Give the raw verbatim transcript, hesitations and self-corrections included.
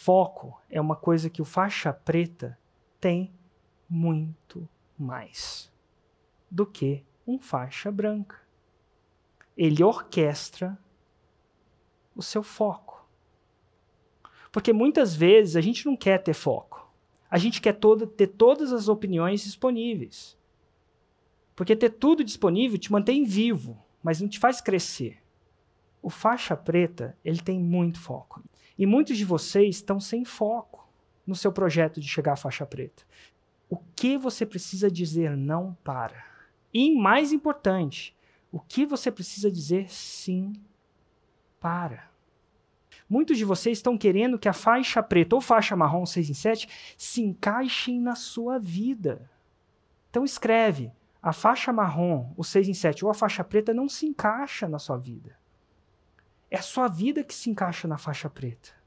foco é uma coisa que o faixa preta tem muito mais do que um faixa branca. Ele orquestra o seu foco. Porque muitas vezes a gente não quer ter foco. A gente quer todo, ter todas as opiniões disponíveis. Porque ter tudo disponível te mantém vivo, mas não te faz crescer. O faixa preta, ele tem muito foco. E muitos de vocês estão sem foco no seu projeto de chegar à faixa preta. O que você precisa dizer não para? E, mais importante, o que você precisa dizer sim para? Muitos de vocês estão querendo que a faixa preta ou faixa marrom seis em sete se encaixem na sua vida. Então escreve, a faixa marrom, o seis em sete ou a faixa preta não se encaixa na sua vida. É a sua vida que se encaixa na faixa preta.